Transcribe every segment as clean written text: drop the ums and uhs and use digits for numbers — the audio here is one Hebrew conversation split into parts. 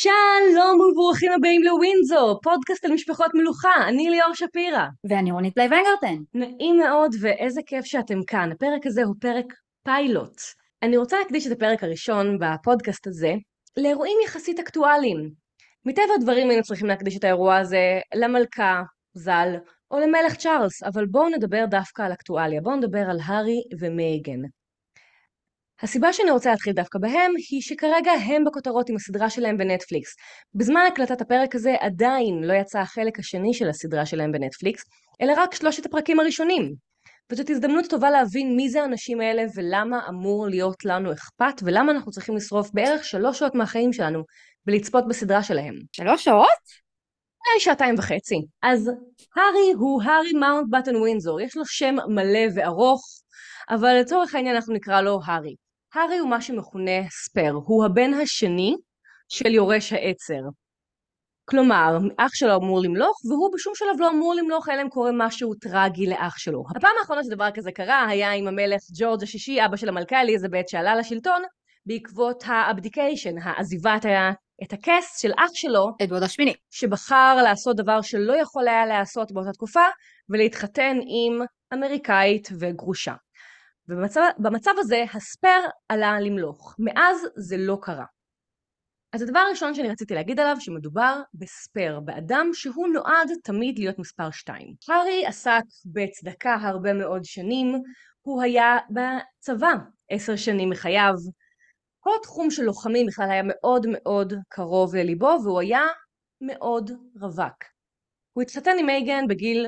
שלום וברוכים הבאים לווינזור, פודקאסט על משפחות מלוכה. אני ליאור שפירא. ואני רונית בלייב ונגרטן. נעים מאוד ואיזה כיף שאתם כאן. הפרק הזה הוא פרק פיילוט. אני רוצה להקדיש את הפרק הראשון בפודקאסט הזה לאירועים יחסית אקטואליים. מטבע הדברים היינו צריכים להקדיש את האירוע הזה למלכה ז"ל או למלך צ'ארלס, אבל בואו נדבר דווקא על אקטואליה. בואו נדבר על הארי ומייגן. הסיבה שאני רוצה להתחיל דווקא בהם היא שכרגע הם בכותרות עם הסדרה שלהם בנטפליקס. בזמן הקלטת הפרק הזה עדיין לא יצא החלק השני של הסדרה שלהם בנטפליקס, אלא רק 3 הפרקים הראשונים. וזאת הזדמנות טובה להבין מי זה האנשים האלה ולמה אמור להיות לנו אכפת, ולמה אנחנו צריכים לשרוף בערך 3 שעות מהחיים שלנו ולצפות בסדרה שלהם. 3 שעות? אולי 2.5 שעות. אז הארי הוא הארי מאונטבטן ווינזור, יש לו שם מלא וארוך, אבל לצורך העניין אנחנו נקרא לו הארי. הארי הוא מה שמכונה ספר, הוא הבן השני של יורש העצר. כלומר, אח שלו אמור למלוך, והוא בשום שלב לא אמור למלוך, אלא אם קורה משהו טרגי לאח שלו. הפעם האחרונה שדבר כזה קרה היה עם המלך ג'ורג' השישי, אבא של המלכה אליזבת, שעלה לשלטון בעקבות האבדיקיישן, העזיבת את הכס של אח שלו, אדוארד השמיני, שבחר לעשות דבר שלא יכול היה לעשות באותה תקופה, ולהתחתן עם אמריקאית וגרושה. ובמצב הזה הספר עלה למלוך. מאז זה לא קרה. אז הדבר הראשון שאני רציתי להגיד עליו שמדובר בספר, באדם שהוא נועד תמיד להיות מספר 2. הארי עסק בצדקה הרבה מאוד שנים, הוא היה בצבא 10 שנים מחייו. כל התחום של לוחמים בכלל היה מאוד מאוד קרוב לליבו, והוא היה מאוד רווק. הוא התחתן עם מייגן בגיל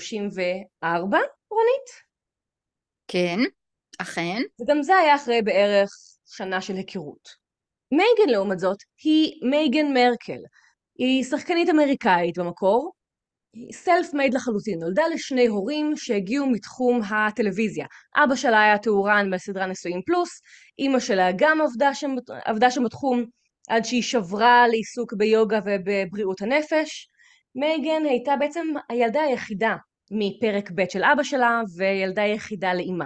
34, רונית? כן, אכן. וגם זה היה אחרי בערך שנה של היכרות. מייגן לעומת זאת היא מייגן מרקל. היא שחקנית אמריקאית במקור, היא סלף מייד לחלוטין, נולדה לשני הורים שהגיעו מתחום הטלוויזיה. אבא שלה היה תאורן בסדרה נשואים פלוס, אמא שלה גם עבדה שם בתחום עד שהיא שברה לעיסוק ביוגה ובבריאות הנפש. מייגן הייתה בעצם הילדה היחידה מפרק ב' של אבא שלה וילדה יחידה לאימה.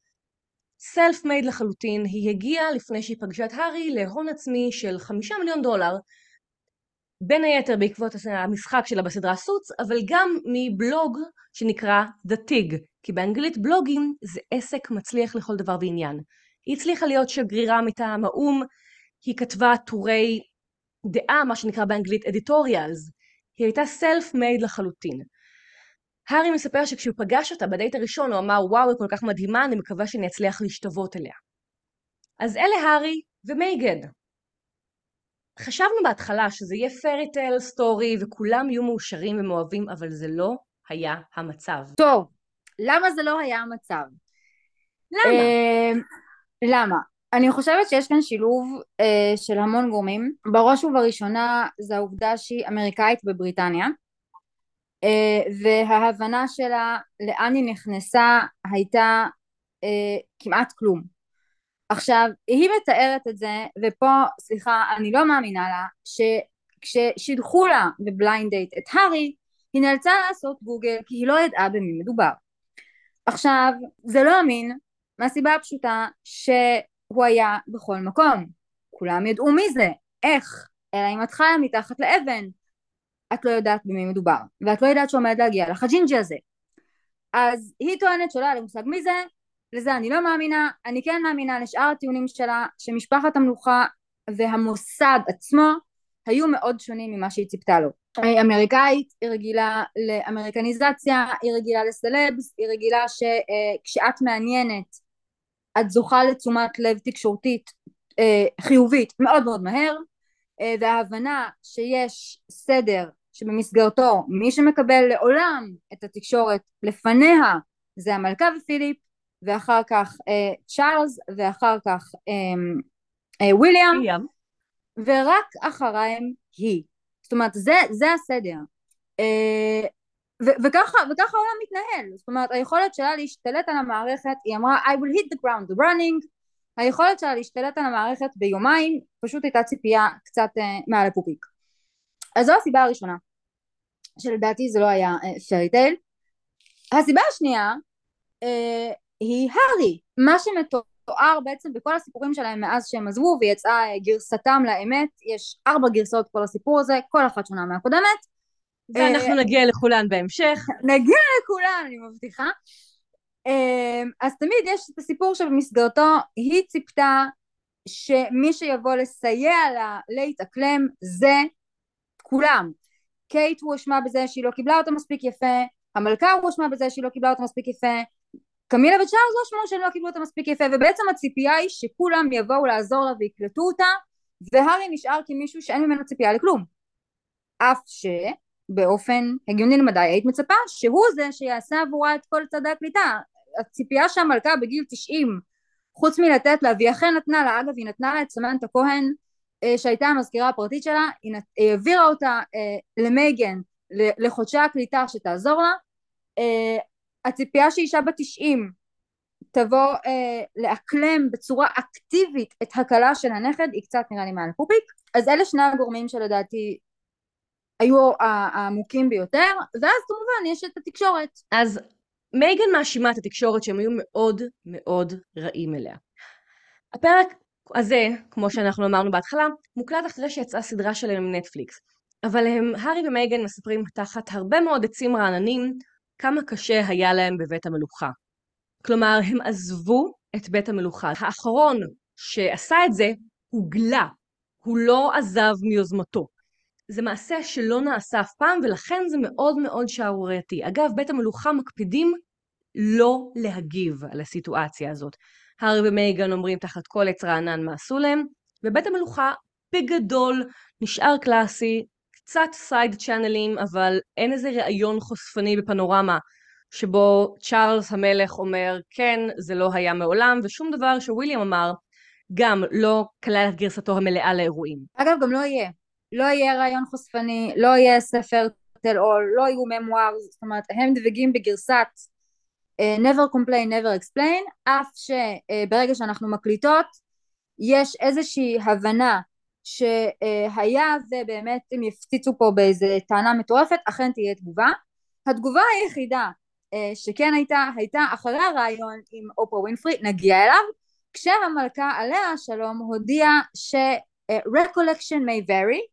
סלף מייד לחלוטין, היא הגיעה לפני שהיא פגשה את הארי להון עצמי של $5,000,000, בין היתר בעקבות המשחק שלה בסדרה סוץ, אבל גם מבלוג שנקרא The Tig, כי באנגלית בלוגים זה עסק מצליח לכל דבר ועניין. היא הצליחה להיות שגרירה מטעם האו"ם, היא כתבה טורי דעה, מה שנקרא באנגלית editorials, היא הייתה סלף מייד לחלוטין. הארי מספר שכשהוא פגש אותה בדייט הראשון הוא אמר וואו היא כל כך מדהימה, אני מקווה שאני אצליח להשתוות אליה. אז אלה הארי ומייגן. חשבנו בהתחלה שזה יהיה פרי טייל סטורי וכולם יהיו מאושרים ומאוהבים, אבל זה לא היה המצב. טוב, למה זה לא היה המצב? למה? למה? אני חושבת שיש כאן שילוב של המון גורמים. בראש ובראשונה זה העובדה שהיא אמריקאית בבריטניה, וההבנה שלה לאן היא נכנסה הייתה כמעט כלום. עכשיו, היא מתארת את זה, ופה, סליחה, אני לא מאמינה לה, שכששידחו לה בבליינד דייט את הארי, היא נאלצה לעשות גוגל, כי היא לא ידעה במי מדובר. עכשיו, זה לא אמין, מהסיבה הפשוטה שהוא היה בכל מקום. כולם ידעו מי זה, איך, אלא אם את חיה מתחת לאבן, את לא יודעת במי מדובר, ואת לא יודעת שעומד להגיע לך הג'ינג'י הזה. אז היא טוענת שלא היה למושג מי זה, לזה אני לא מאמינה. אני כן מאמינה לשאר הטיעונים שלה, שמשפחת המלוכה והמוסד עצמו היו מאוד שונים ממה שהיא ציפתה לו. היא אמריקאית, היא רגילה לאמריקניזציה, היא רגילה לסלבס, היא רגילה שכשאת מעניינת את זוכה לתשומת לב תקשורתית חיובית מאוד מאוד מהר, וההבנה שיש סדר שבמסגרתו מי שמקבל לעולם את התקשורת לפניה זה המלכה ופיליפ, ואחר כך צ'ארלס, ואחר כך וויליאם, ורק אחריהם היא. זאת אומרת, זה הסדר. וככה העולם מתנהל. זאת אומרת, היכולת שלה להשתלט על המערכת, היא אמרה, I will hit the ground running, היכולת שלה להשתלט על המערכת ביומיים, פשוט הייתה ציפייה קצת מעל הפופיק. אז זו הסיבה הראשונה, שלדעתי זה לא היה פרי טייל. הסיבה השנייה, היא הארי. מה שמטורף תואר בעצם בכל הסיפורים שלהם מאז שהם עזבו ויצאה גרסתם לאמת, יש 4 גרסאות כל הסיפור הזה, כל אחת שונה מהקודמת. ואנחנו נגיע לכולן בהמשך. נגיע לכולן, אני מבטיחה. אז תמיד יש את הסיפור שבמסגרתו היא ציפתה שמי שיבוא לסייע לה להתאקלם זה כולם. קייט הואשמה בזה שהיא לא קיבלה אותה מספיק יפה, המלכה הואשמה בזה שהיא לא קיבלה אותה מספיק יפה, קמילה וצ'ארלס הואשמו שהם לא קיבלו אותה מספיק יפה, ובעצם הציפייה היא שכולם יבואו לעזור לה ויקלטו אותה, והארי נשאר כמישהו שאין ממנו ציפייה לכלום, אף שבאופן הגיוני למדי היית מצפה שהוא זה שיעשה עבורה את כל צעדי הקליטה. הציפייה שהמלכה בגיל 90 חוץ מלתת לה, והיא אכן נתנה לה, אגב היא נתנה לה את סמנתה כהן שהייתה המזכירה הפרטית שלה, היא העבירה אותה למייגן לחודשי הקליטה שתעזור לה. הציפייה שאישה ב-90 תבוא לאקלם בצורה אקטיבית את הקלה של הנכד היא קצת נראה לי מעל פופיק. אז אלה שני הגורמים שלדעתי היו העמוקים ביותר, ואז כמובן יש את התקשורת. אז מייגן מאשימה את התקשורת שהם היו מאוד מאוד רעים אליה. הפרק הזה, כמו שאנחנו אמרנו בהתחלה, מוקלט אחרי שיצאה סדרה שלהם עם נטפליקס, אבל הארי ומייגן מספרים תחת הרבה מאוד עצים רעננים כמה קשה היה להם בבית המלוכה. כלומר, הם עזבו את בית המלוכה. האחרון שעשה את זה הוגלה, הוא לא עזב מיוזמתו. זה מעשה שלא נעשה אף פעם, ולכן זה מאוד מאוד שערורייתי. אגב, בית המלוכה מקפידים לא להגיב על הסיטואציה הזאת. הארי ומייגן אומרים תחת כל עץ רענן מה עשו להם, ובית המלוכה בגדול נשאר קלאסי, קצת סייד צ'אנלים, אבל אין איזה ראיון חושפני בפנורמה, שבו צ'ארלס המלך אומר כן, זה לא היה מעולם, ושום דבר שוויליאם אמר גם לא כלל את גרסתו המלאה לאירועים. אגב גם לא יהיה. לא יהיה רעיון חושפני, לא יהיה ספר tell all, לא יהיו ממואר, זאת אומרת הם דבקים בגרסת never complain, never explain, אף שברגע שאנחנו מקליטות יש איזושהי הבנה שהיה ובאמת הם יפציצו פה באיזה טענה מטורפת, אכן תהיה תגובה. התגובה היחידה שכן הייתה אחרי הרעיון עם אופרה ווינפרי, נגיע אליו, כשהמלכה עליה השלום הודיעה ש recollection may vary,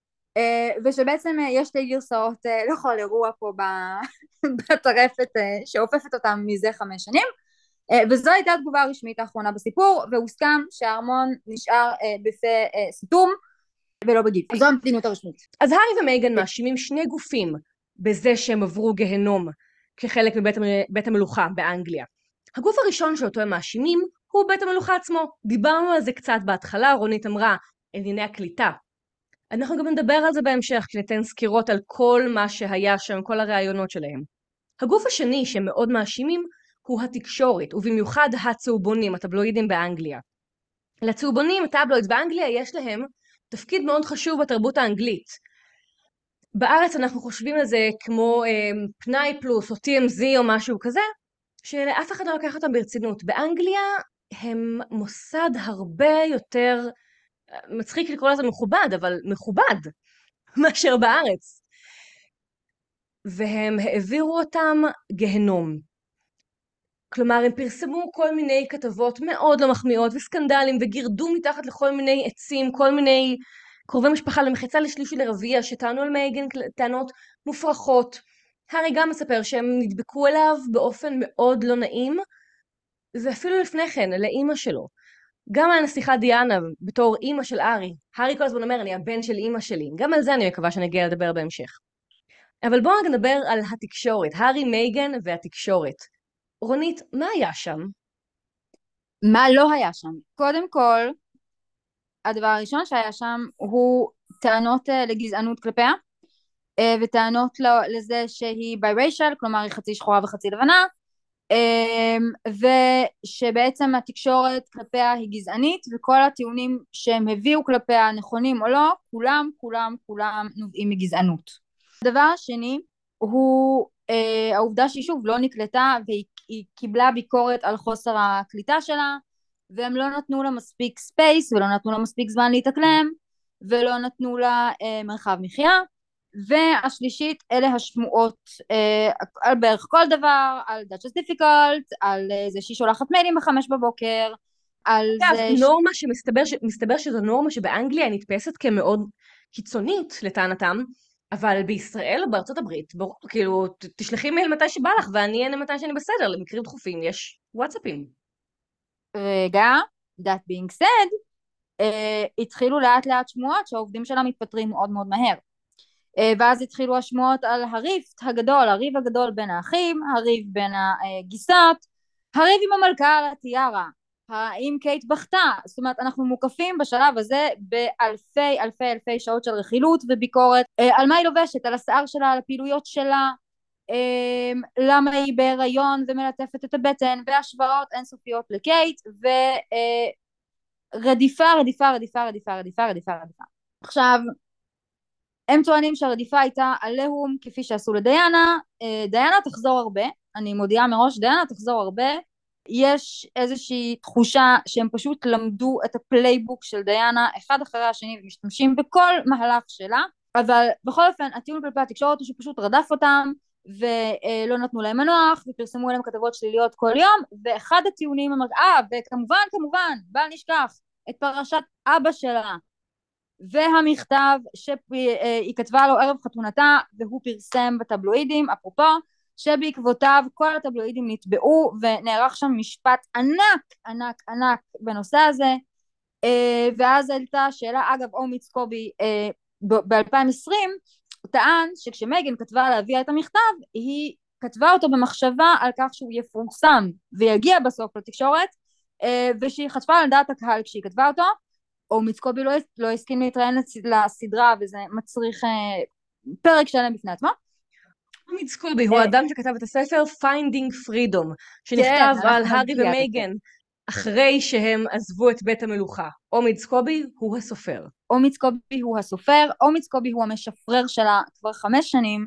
ושבעצם יש 2 גרסאות לכל אירוע פה בטרפת שאופפת אותם מזה 5 שנים, וזו הייתה התגובה הרשמית האחרונה בסיפור, והוסכם שהארמון נשאר בפה סתום ולא בגיב. זו המדיניות הרשמית. אז הארי ומייגן מאשימים 2 גופים בזה שהם עברו גהנום כחלק מבית המלוכה באנגליה. הגוף הראשון שאותו הם מאשימים הוא בית המלוכה עצמו. דיברנו על זה קצת בהתחלה, רונית אמרה ענייני הקליטה. אנחנו גם נדבר על זה בהמשך כשניתן סקירות על כל מה שהיה שם, כל הרעיונות שלהם. הגוף השני שהם מאוד מאשימים הוא התקשורת, ובמיוחד הצהובונים, הטבלואידים באנגליה. לצהובונים, הטבלואידס באנגליה, יש להם תפקיד מאוד חשוב בתרבות האנגלית. בארץ אנחנו חושבים על זה כמו פנאי פלוס או TMZ או משהו כזה, שלאף אחד לא לוקח אותם ברצינות. באנגליה הם מוסד הרבה יותר, מצחיק לקרוא לזה מכובד, אבל מכובד מאשר בארץ. והם העבירו אותם גהנום. כלומר, הם פרסמו כל מיני כתבות מאוד לא מחמיאות וסקנדלים, וגירדו מתחת לכל מיני עצים, כל מיני קרובי משפחה למחצה לשלישי לרביע, שטענו על מייגן טענות מופרכות. הארי גם מספר שהם נדבקו אליו באופן מאוד לא נעים, ואפילו לפני כן, לאמא שלו. גם הנסיכה דיאנה, בתור אמא של הארי כל הזמן אומר, אני הבן של אמא שלי. גם על זה אני מקווה שנגיע לדבר בהמשך. אבל בואו נדבר על התקשורת, הארי, מייגן והתקשורת. רונית, מה היה שם? מה לא היה שם? קודם כל, הדבר הראשון שהיה שם הוא טענות לגזענות כלפיה, וטענות לזה שהיא בייריישל, כלומר היא חצי שחורה וחצי לבנה, ושבעצם התקשורת כלפיה היא גזענית, וכל הטיעונים שהם הביאו כלפיה נכונים או לא, כולם נובעים מגזענות. הדבר השני הוא העובדה שהיא שוב לא נקלטה, והיא קיבלה ביקורת על חוסר הקליטה שלה, והם לא נתנו לה מספיק ספייס, ולא נתנו לה מספיק זמן להתאקלם, ולא נתנו לה מרחב מחיה. והשלישית, אלה השמועות על בערך כל דבר, על Duchess Difficult, על זה שהיא שולחת מיילים ב5 בבוקר, על אגב, זה נורמה מסתבר שזו נורמה שבאנגליה נתפסת כמאוד קיצונית לטענתם, אבל בישראל או בארצות הברית, ברור, כאילו, תשלחי מייל מתי שבא לך ואני אענה מתי שאני בסדר, למקרים דחופים יש וואטסאפים. רגע, that being said, התחילו לאט לאט שמועות שהעובדים שלה מתפטרים מאוד מאוד מהר. ואז התחילו השמועות על הריפט הגדול, הריב הגדול בין האחים, הריב בין הגיסות, הריב עם המלכה על הטיארה, האם קייט בכתה, זאת אומרת אנחנו מוקפים בשלב הזה באלפי אלפי אלפי שעות של רכילות וביקורת, על מה היא לובשת, על השיער שלה, על הפעילויות שלה, למה היא בהיריון ומלטפת את הבטן, והשוואות אינסופיות לקייט, ורדיפה רדיפה רדיפה רדיפה רדיפה רדיפה רדיפה. עכשיו הם טוענים שהרדיפה הייתה עליהום כפי שעשו לדיאנה, דיאנה תחזור הרבה, אני מודיעה מראש, דיאנה תחזור הרבה, יש איזושהי תחושה שהם פשוט למדו את הפלייבוק של דיאנה אחד אחרי השני ומשתמשים בכל מהלך שלה, אבל בכל אופן הטיעון כלפי התקשורת הוא שפשוט רדף אותם ולא נתנו להם מנוח ופרסמו להם כתבות שליליות כל יום, ואחד הטיעונים אמר, וכמובן בל נשכח את פרשת אבא שלה והמכתב שהיא כתבה לו ערב חתונתה והוא פרסם בטבלואידים, אפרופו, שבעקבותיו כל הטבלואידים נתבעו ונערך שם משפט ענק ענק ענק בנושא הזה, ואז עלתה שאלה, אגב אומץ קובי ב-2020 טען שכשמייגן כתבה להביא את המכתב היא כתבה אותו במחשבה על כך שהוא יפורסם ויגיע בסוף לתקשורת, ושהיא חטפה על דעת הקהל כשהיא כתבה אותו, או מצקובי לא הסכים להתראיין לסדרה וזה מצריך פרק שלם בפני עצמו. מצקובי הוא האדם שכתב את הספר Finding Freedom, שנכתב על הארי ומייגן אחרי שהם עזבו את בית המלוכה. אומץ קובי הוא הסופר. אומץ קובי הוא הסופר, אומץ קובי הוא המשפרר שלה כבר 5 שנים.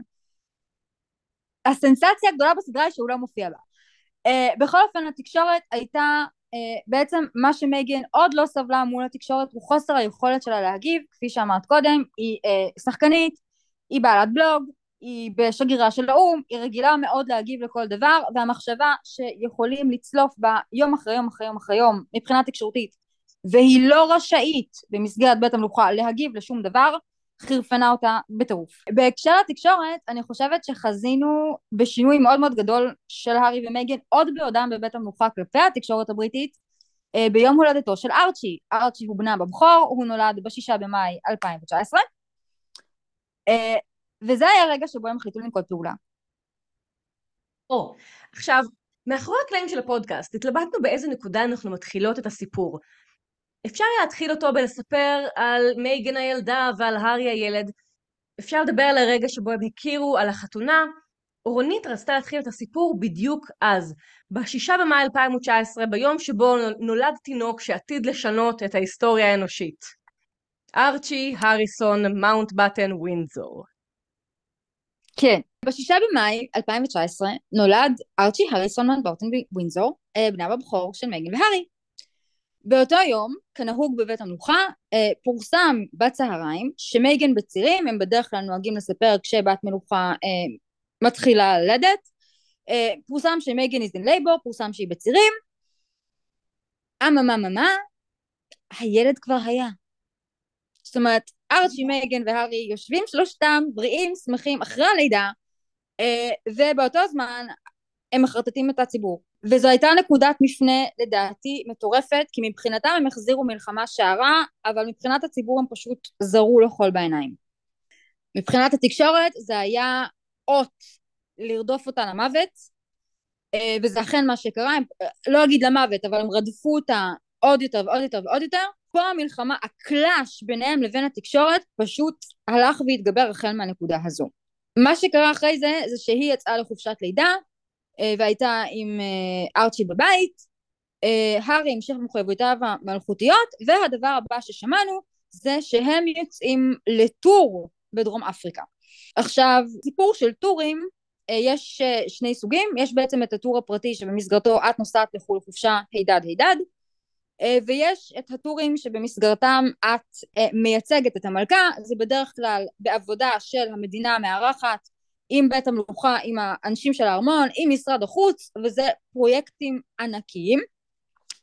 הסנסציה הגדולה בסדרה היא שהוא לא מופיע בה. בכל אופן התקשורת הייתה בעצם מה שמייגן עוד לא סבלה מול התקשורת הוא חוסר היכולת שלה להגיב, כפי שאמרת קודם, היא שחקנית, היא בעלת בלוג, היא בשגרירה של האום, היא רגילה מאוד להגיב לכל דבר, והמחשבה שיכולים לצלוף בה יום אחרי יום אחרי יום אחרי יום מבחינה תקשורתית, והיא לא רשאית במסגרת בית המלוכה להגיב לשום דבר, חרפנה אותה בטירוף. בהקשר לתקשורת אני חושבת שחזינו בשינוי מאוד מאוד גדול של הארי ומייגן עוד בעודם בבית המלוכה כלפי התקשורת הבריטית, ביום הולדתו של ארצ'י. ארצ'י הוא בנם הבכור, הוא נולד ב6 במאי 2019, וזה היה הרגע שבו הם החליטו לנקוט פעולה. עכשיו, מאחורי הקלעים של הפודקאסט התלבטנו באיזה נקודה אנחנו מתחילות את הסיפור. אפשר להתחיל אותו בלספר על מייגן הילדה ועל הארי הילד. אפשר לדבר על הרגע שבו הם הכירו, על החתונה. רונית רצתה להתחיל את הסיפור בדיוק אז, ב6 במאי 2019, ביום שבו נולד תינוק שעתיד לשנות את ההיסטוריה האנושית. ארצ'י הריסון מאונטבטן ווינזור. כן, ב6 במאי 2019 נולד ארצ'י הריסון מאונטבטן ווינזור, בנם הבכור של מייגן והארי. באותו יום, כנהוג בבית המלוכה, פורסם בצהריים שמייגן בצירים, הם בדרך כלל נוהגים לספר כשבת מלוכה מתחילה ללדת, פורסם שמייגן is in labor, פורסם שהיא בצירים, הילד כבר היה. זאת אומרת, ארצ'י, מייגן והארי יושבים שלושתם בריאים, שמחים אחרי הלידה, ובאותו זמן הם מחרטטים את הציבור. וזו הייתה נקודת מפנה לדעתי מטורפת, כי מבחינתם הם החזירו מלחמה שערה, אבל מבחינת הציבור הם פשוט זרו לו חול בעיניים. מבחינת התקשורת זה היה אות לרדוף אותה למוות, וזה אכן מה שקרה, הם, לא אגיד למוות, אבל הם רדפו אותה עוד יותר ועוד יותר ועוד יותר. פה המלחמה, הקלאש ביניהם לבין התקשורת, פשוט הלך והתגבר החל מהנקודה הזו. מה שקרה אחרי זה, זה שהיא יצאה לחופשת לידה, והייתה עם ארצ'י בבית, הארי המשיך במחויבויותיו המלכותיות, והדבר הבא ששמענו, זה שהם יוצאים לטור בדרום אפריקה. עכשיו, סיפור של טורים, יש 2 סוגים, יש בעצם את הטור הפרטי שבמסגרתו את נוסעת לחו"ל חופשה הידד, ויש את הטורים שבמסגרתם את מייצגת את המלכה, זה בדרך כלל בעבודה של המדינה המארחת, עם בית המלוכה, עם האנשים של הארמון, עם משרד החוץ, וזה פרויקטים ענקיים.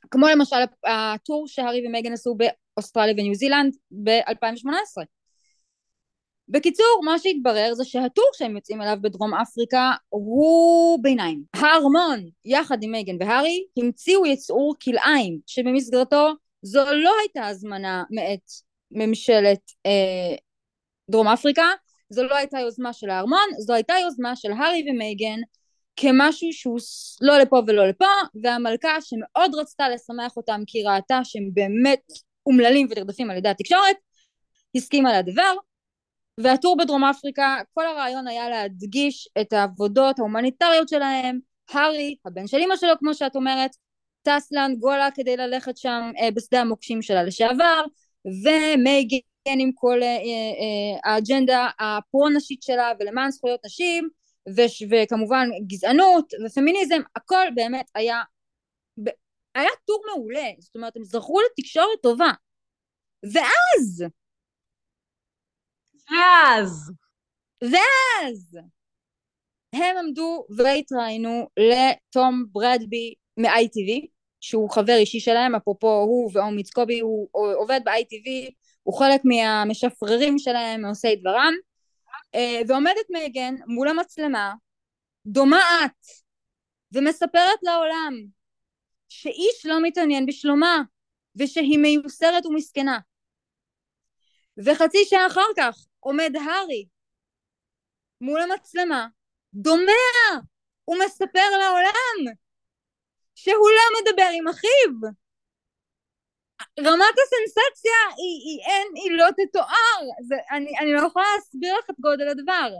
כמו למשל הטור שהארי ומייגן עשו באוסטרליה וניו זילנד ב-2018. בקיצור, מה שהתברר זה שהטור שהם יוצאים אליו בדרום אפריקה הוא ביניים. הארמון, יחד עם מייגן והארי, המציאו יצור כלאיים, שבמסגרתו זו לא הייתה הזמנה מאת ממשלת דרום אפריקה, זו לא הייתה יוזמה של הארמון, זו הייתה יוזמה של הארי ומייגן, כמשהו שהוא לא לפה ולא לפה, והמלכה שמאוד רצתה לשמח אותם כי ראתה שהם באמת אומללים ותרדפים על ידי התקשורת, הסכימה לדבר, והטור בדרום אפריקה, כל הרעיון היה להדגיש את העבודות ההומניטריות שלהם. הארי, הבן של אמא שלו כמו שאת אומרת, טס לאנגולה כדי ללכת שם בשדה המוקשים שלה לשעבר, ומייגן עם כל האג'נדה הפרו-נשית שלה ולמען זכויות נשים, וכמובן גזענות ופמיניזם, הכל באמת היה טור מעולה, זאת אומרת הם זכרו לתקשורת טובה. ואז הם עמדו והתראינו לתום ברדבי מ-ITV, שהוא חבר אישי שלהם, אפרופו הוא ואומיץ קובי, הוא עובד ב-ITV, הוא חלק מהמשפררים שלהם, מעושי דברם, ועומדת מייגן מול המצלמה, דומעת, ומספרת לעולם שאיש לא מתעניין בשלומה, ושהיא מיוסרת ומסכנה. וחצי שעה אחר כך עומד הארי מול המצלמה, דומע, ומספר לעולם שהוא לא מדבר עם אחיו. רמת הסנסציה היא לא תתואר. אני לא יכולה להסביר לך את גודל הדבר.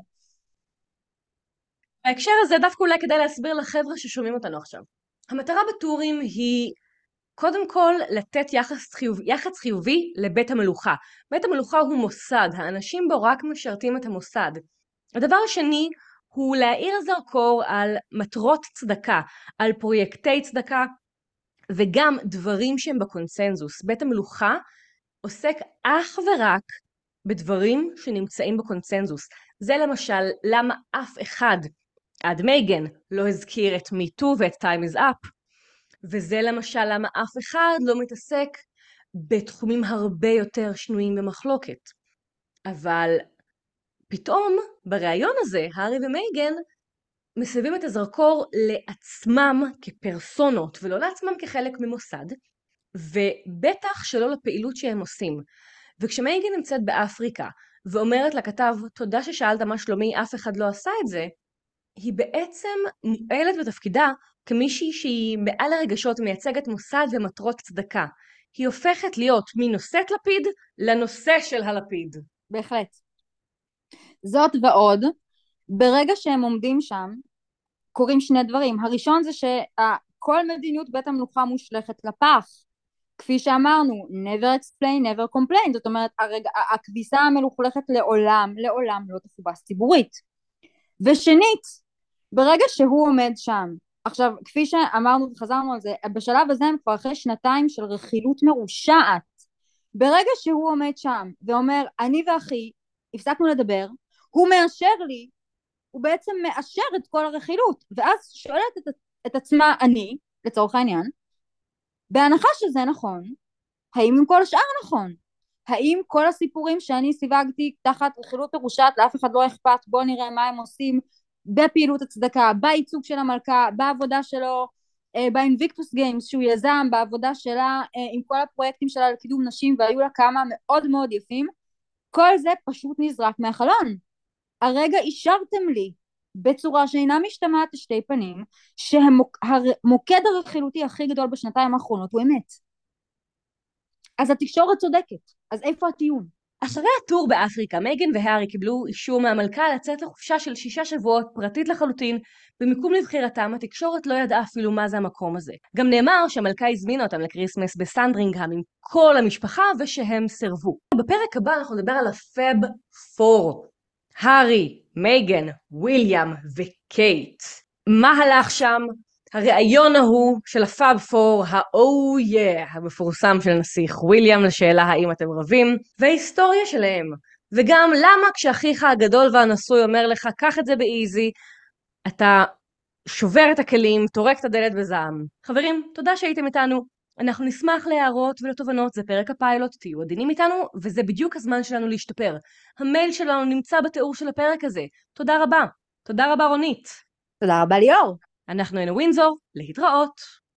בהקשר הזה דווקא אולי כדאי להסביר לחבר'ה ששומעים אותנו עכשיו. המטרה בטורים היא קודם כל לתת יחס חיובי לבית המלוכה. בית המלוכה הוא מוסד, האנשים בו רק משרתים את המוסד. הדבר השני הוא להאיר זרקור על מטרות צדקה, על פרויקטי צדקה, וגם דברים שהם בקונצנזוס. בית המלוכה עוסק אך ורק בדברים שנמצאים בקונצנזוס. זה למשל למה אף אחד עד מייגן לא הזכיר את Me Too ואת Time is Up. וזה למשל למה אף אחד לא מתעסק בתחומים הרבה יותר שנויים במחלוקת. אבל פתאום בריאיון הזה, הארי ומייגן מסבים את הזרקור לעצמם כפרסונות, ולא לעצמם כחלק ממוסד, ובטח שלא לפעילות שהם עושים. וכשמייגן נמצאת באפריקה, ואומרת לכתב, תודה ששאלת מה שלומי, אף אחד לא עשה את זה, היא בעצם מועלת בתפקידה כמישהי שהיא מעל הרגשות מייצגת מוסד ומטרות צדקה. היא הופכת להיות מנושאת לפיד לנושא של הלפיד. בהחלט. זאת ועוד, ברגע שהם עומדים שם, קורים שני דברים. הראשון זה שכל מדיניות בית המלוכה מושלכת לפח. כפי שאמרנו, never explain, never complain. זאת אומרת, הכביסה המלוכלכת לעולם לא תפובס ציבורית. ושנית, ברגע שהוא עומד שם, עכשיו, כפי שאמרנו וחזרנו על זה, בשלב הזה הם כבר אחרי שנתיים של רכילות מרושעת. ברגע שהוא עומד שם ואומר, אני ואחי הפסקנו לדבר, הוא מאשר לי, הוא בעצם מאשר את כל הרכילות, ואז שואלת את עצמה אני, לצורך העניין, בהנחה שזה נכון, האם עם כל השאר נכון? האם כל הסיפורים שאני סיווגתי תחת רכילות מרושעת, לאף אחד לא אכפת, בוא נראה מה הם עושים בפעילות הצדקה, בייצוג של המלכה, בעבודה שלו, באינביקטוס גיימס שהוא יזם, בעבודה שלה, עם כל הפרויקטים שלה לקידום נשים, והיו לה כמה מאוד מאוד יפים, כל זה פשוט נזרק מהחלון. הרגע אישרתם לי בצורה שאינה משתמעת לשתי פנים, שהמוקד הרכילותי הכי גדול בשנתיים האחרונות הוא אמת. אז התקשורת צודקת, אז איפה הטיעון? אחרי הטור באפריקה, מייגן והארי קיבלו אישור מהמלכה לצאת לחופשה של 6 שבועות, פרטית לחלוטין, במיקום לבחירתם. התקשורת לא ידעה אפילו מה זה המקום הזה. גם נאמר שהמלכה הזמינה אותם לקריסמס בסנדרינגהם עם כל המשפחה ושהם סרבו. בפרק הבא אנחנו נדבר על הפאב 4. הארי, מייגן, וויליאם וקייט. מה הלך שם? הרעיון ההוא של הפאב 4, ה-Oh yeah, המפורסם של נסיך וויליאם לשאלה האם אתם רבים, וההיסטוריה שלהם. וגם למה כשאחיך הגדול והנשוי אומר לך, קח את זה באיזי, אתה שובר את הכלים, טורק את הדלת בזעם. חברים, תודה שהייתם איתנו. אנחנו נשמח להערות ולתובנות, זה פרק הפיילוט, תהיו עדינים איתנו, וזה בדיוק הזמן שלנו להשתפר. המייל שלנו נמצא בתיאור של הפרק הזה. תודה רבה. תודה רבה רונית. תודה רבה ליאור. אנחנו היינו ווינזור, להתראות.